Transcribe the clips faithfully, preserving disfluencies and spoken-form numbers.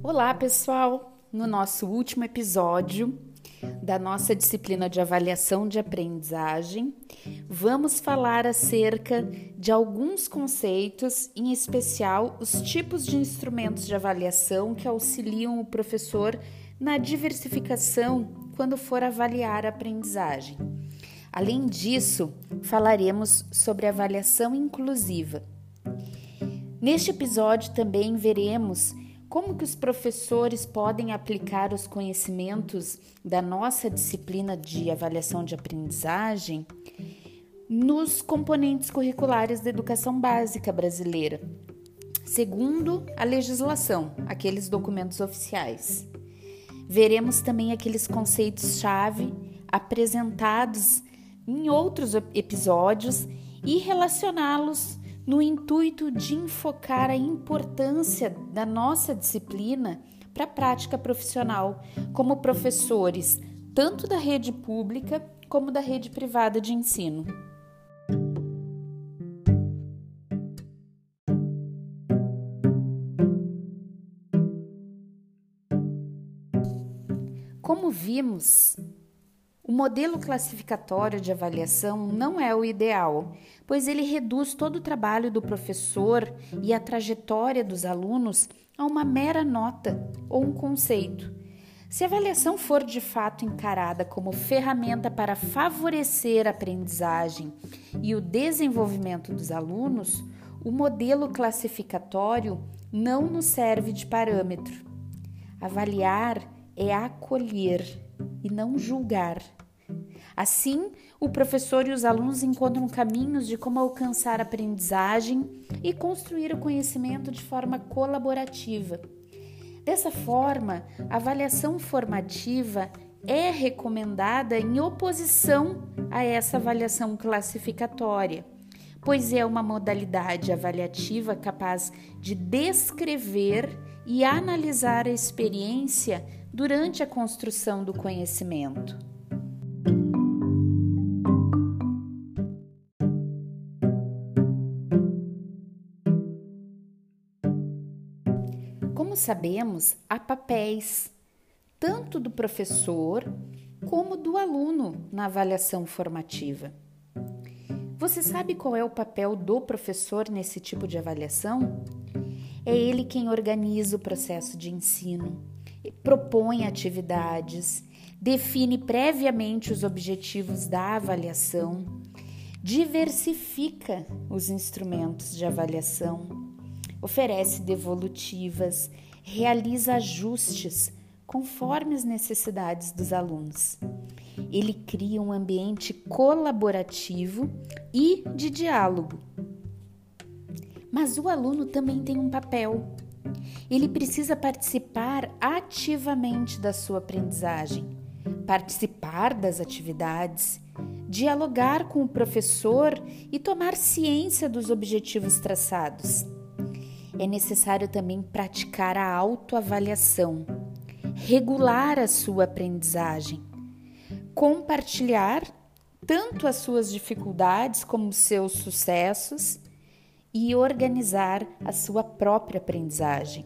Olá, pessoal! No nosso último episódio da nossa disciplina de avaliação de aprendizagem, vamos falar acerca de alguns conceitos, em especial os tipos de instrumentos de avaliação que auxiliam o professor na diversificação quando for avaliar a aprendizagem. Além disso, falaremos sobre avaliação inclusiva. Neste episódio também veremos como que os professores podem aplicar os conhecimentos da nossa disciplina de avaliação de aprendizagem nos componentes curriculares da educação básica brasileira, segundo a legislação, aqueles documentos oficiais. Veremos também aqueles conceitos-chave apresentados em outros episódios e relacioná-los no intuito de enfocar a importância da nossa disciplina para a prática profissional, como professores, tanto da rede pública como da rede privada de ensino. Como vimos, o modelo classificatório de avaliação não é o ideal, pois ele reduz todo o trabalho do professor e a trajetória dos alunos a uma mera nota ou um conceito. Se a avaliação for de fato encarada como ferramenta para favorecer a aprendizagem e o desenvolvimento dos alunos, o modelo classificatório não nos serve de parâmetro. Avaliar é acolher e não julgar. Assim, o professor e os alunos encontram caminhos de como alcançar a aprendizagem e construir o conhecimento de forma colaborativa. Dessa forma, a avaliação formativa é recomendada em oposição a essa avaliação classificatória, pois é uma modalidade avaliativa capaz de descrever e analisar a experiência durante a construção do conhecimento. Como sabemos, há papéis, tanto do professor como do aluno na avaliação formativa. Você sabe qual é o papel do professor nesse tipo de avaliação? É ele quem organiza o processo de ensino, propõe atividades, define previamente os objetivos da avaliação, diversifica os instrumentos de avaliação, oferece devolutivas, realiza ajustes conforme as necessidades dos alunos. Ele cria um ambiente colaborativo e de diálogo. Mas o aluno também tem um papel. Ele precisa participar ativamente da sua aprendizagem, participar das atividades, dialogar com o professor e tomar ciência dos objetivos traçados. É necessário também praticar a autoavaliação, regular a sua aprendizagem, compartilhar tanto as suas dificuldades como os seus sucessos e organizar a sua própria aprendizagem.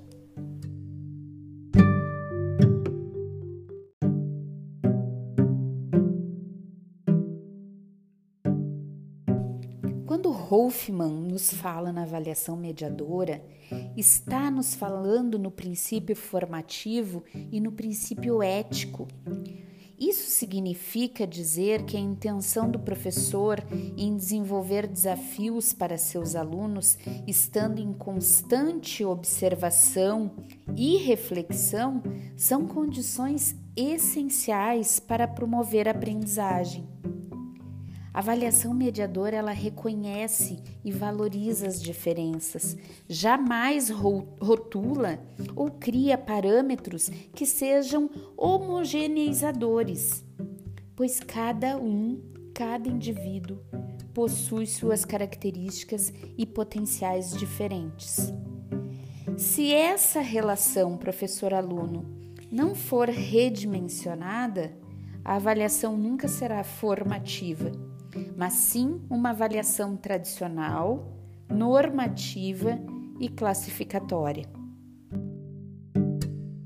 Quando Hoffman nos fala na avaliação mediadora, está nos falando no princípio formativo e no princípio ético. Isso significa dizer que a intenção do professor em desenvolver desafios para seus alunos, estando em constante observação e reflexão, são condições essenciais para promover a aprendizagem. A avaliação mediadora, ela reconhece e valoriza as diferenças, jamais rotula ou cria parâmetros que sejam homogeneizadores, pois cada um, cada indivíduo, possui suas características e potenciais diferentes. Se essa relação professor-aluno não for redimensionada, a avaliação nunca será formativa, mas sim uma avaliação tradicional, normativa e classificatória.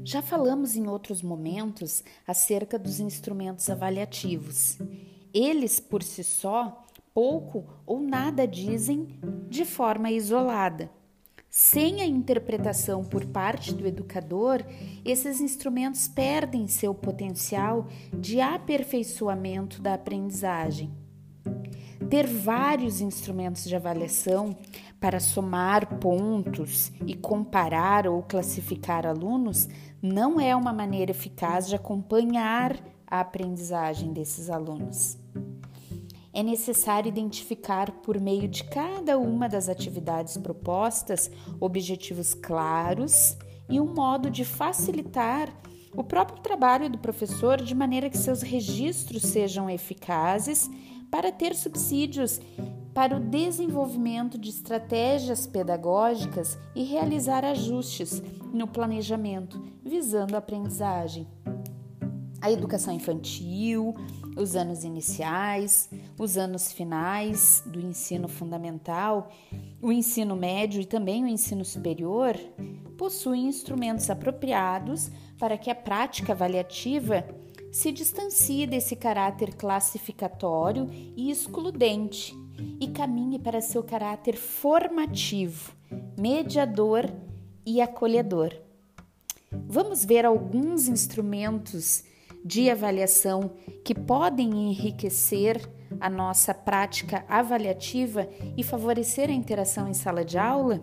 Já falamos em outros momentos acerca dos instrumentos avaliativos. Eles, por si só, pouco ou nada dizem de forma isolada. Sem a interpretação por parte do educador, esses instrumentos perdem seu potencial de aperfeiçoamento da aprendizagem. Ter vários instrumentos de avaliação para somar pontos e comparar ou classificar alunos não é uma maneira eficaz de acompanhar a aprendizagem desses alunos. É necessário identificar, por meio de cada uma das atividades propostas, objetivos claros e um modo de facilitar o próprio trabalho do professor de maneira que seus registros sejam eficazes para ter subsídios para o desenvolvimento de estratégias pedagógicas e realizar ajustes no planejamento, visando a aprendizagem. A educação infantil, os anos iniciais, os anos finais do ensino fundamental, o ensino médio e também o ensino superior possuem instrumentos apropriados para que a prática avaliativa se distancie desse caráter classificatório e excludente e caminhe para seu caráter formativo, mediador e acolhedor. Vamos ver alguns instrumentos de avaliação que podem enriquecer a nossa prática avaliativa e favorecer a interação em sala de aula?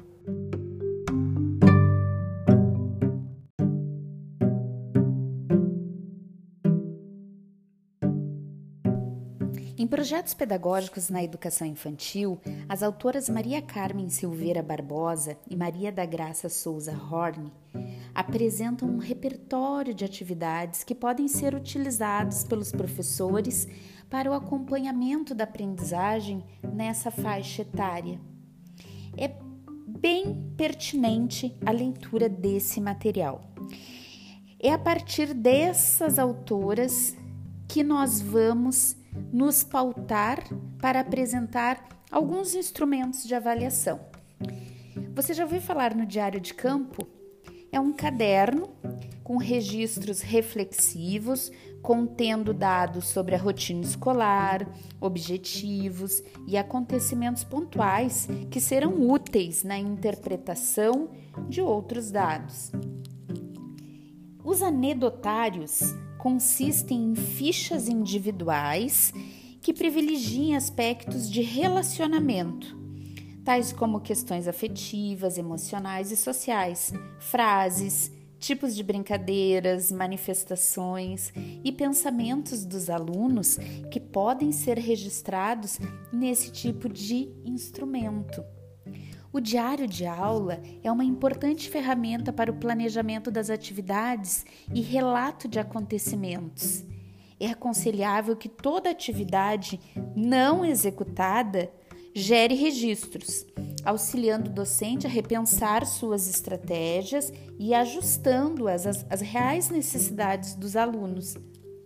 Em projetos pedagógicos na educação infantil, as autoras Maria Carmen Silveira Barbosa e Maria da Graça Souza Horn apresentam um repertório de atividades que podem ser utilizados pelos professores para o acompanhamento da aprendizagem nessa faixa etária. É bem pertinente a leitura desse material. É a partir dessas autoras que nós vamos nos pautar para apresentar alguns instrumentos de avaliação. Você já ouviu falar no Diário de Campo? É um caderno com registros reflexivos, contendo dados sobre a rotina escolar, objetivos e acontecimentos pontuais que serão úteis na interpretação de outros dados. Os anedotários consistem em fichas individuais que privilegiem aspectos de relacionamento, tais como questões afetivas, emocionais e sociais, frases, tipos de brincadeiras, manifestações e pensamentos dos alunos que podem ser registrados nesse tipo de instrumento. O diário de aula é uma importante ferramenta para o planejamento das atividades e relato de acontecimentos. É aconselhável que toda atividade não executada gere registros, auxiliando o docente a repensar suas estratégias e ajustando-as às, às reais necessidades dos alunos.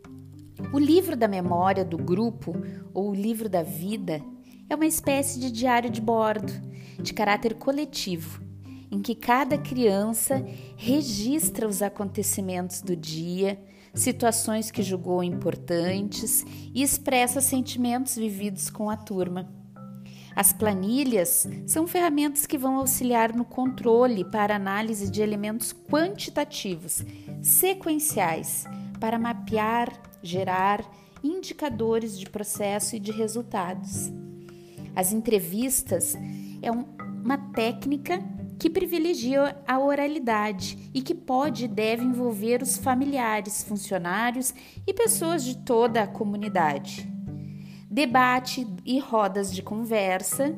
O livro da memória do grupo, ou o livro da vida, é uma espécie de diário de bordo, de caráter coletivo, em que cada criança registra os acontecimentos do dia, situações que julgou importantes e expressa sentimentos vividos com a turma. As planilhas são ferramentas que vão auxiliar no controle para análise de elementos quantitativos, sequenciais, para mapear, gerar indicadores de processo e de resultados. As entrevistas é um, uma técnica que privilegia a oralidade e que pode e deve envolver os familiares, funcionários e pessoas de toda a comunidade. Debate e rodas de conversa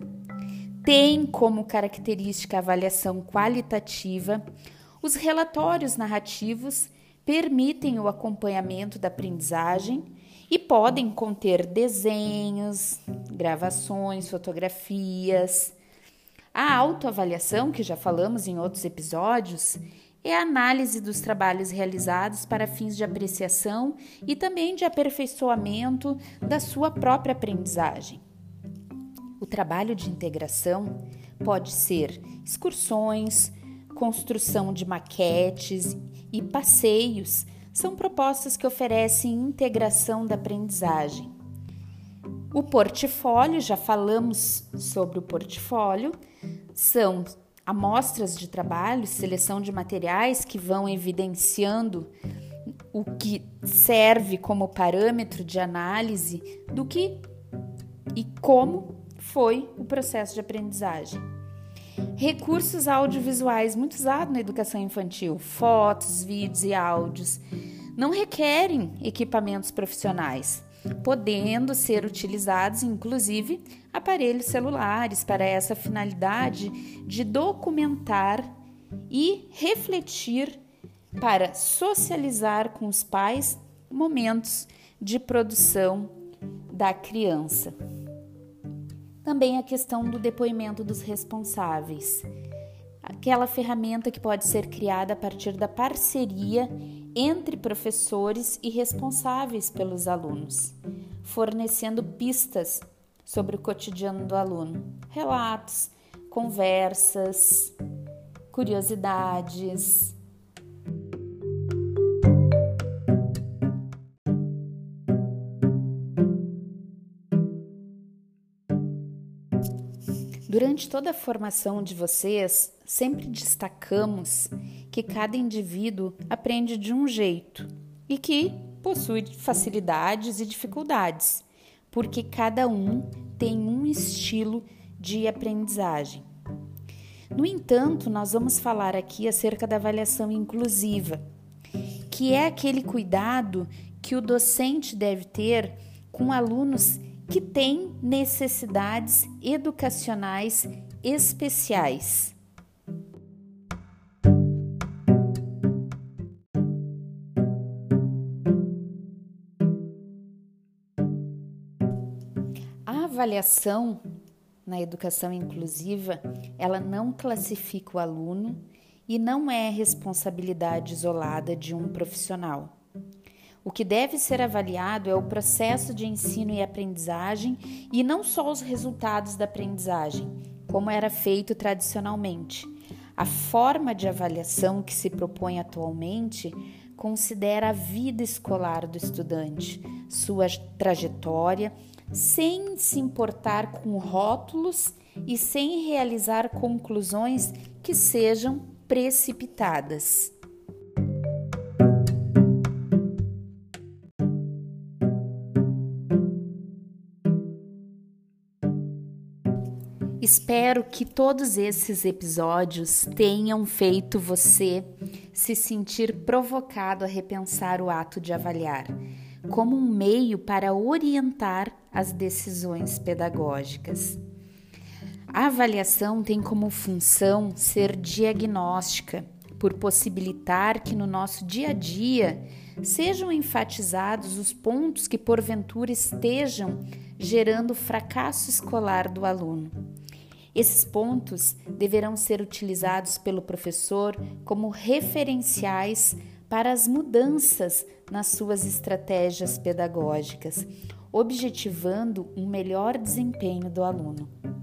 têm como característica a avaliação qualitativa. Os relatórios narrativos permitem o acompanhamento da aprendizagem e podem conter desenhos, gravações, fotografias. A autoavaliação, que já falamos em outros episódios, é a análise dos trabalhos realizados para fins de apreciação e também de aperfeiçoamento da sua própria aprendizagem. O trabalho de integração pode ser excursões, construção de maquetes e passeios são propostas que oferecem integração da aprendizagem. O portfólio, já falamos sobre o portfólio, são amostras de trabalho, seleção de materiais que vão evidenciando o que serve como parâmetro de análise do que e como foi o processo de aprendizagem. Recursos audiovisuais muito usados na educação infantil, fotos, vídeos e áudios, não requerem equipamentos profissionais, podendo ser utilizados, inclusive, aparelhos celulares para essa finalidade de documentar e refletir para socializar com os pais momentos de produção da criança. Também a questão do depoimento dos responsáveis, aquela ferramenta que pode ser criada a partir da parceria entre professores e responsáveis pelos alunos, fornecendo pistas sobre o cotidiano do aluno, relatos, conversas, curiosidades. Durante toda a formação de vocês, sempre destacamos que cada indivíduo aprende de um jeito e que possui facilidades e dificuldades, porque cada um tem um estilo de aprendizagem. No entanto, nós vamos falar aqui acerca da avaliação inclusiva, que é aquele cuidado que o docente deve ter com alunos que têm necessidades educacionais especiais. A avaliação na educação inclusiva, ela não classifica o aluno e não é responsabilidade isolada de um profissional. O que deve ser avaliado é o processo de ensino e aprendizagem e não só os resultados da aprendizagem, como era feito tradicionalmente. A forma de avaliação que se propõe atualmente considera a vida escolar do estudante, sua trajetória, sem se importar com rótulos e sem realizar conclusões que sejam precipitadas. Espero que todos esses episódios tenham feito você se sentir provocado a repensar o ato de avaliar, como um meio para orientar as decisões pedagógicas. A avaliação tem como função ser diagnóstica, por possibilitar que no nosso dia a dia sejam enfatizados os pontos que porventura estejam gerando fracasso escolar do aluno. Esses pontos deverão ser utilizados pelo professor como referenciais para as mudanças nas suas estratégias pedagógicas, objetivando um melhor desempenho do aluno.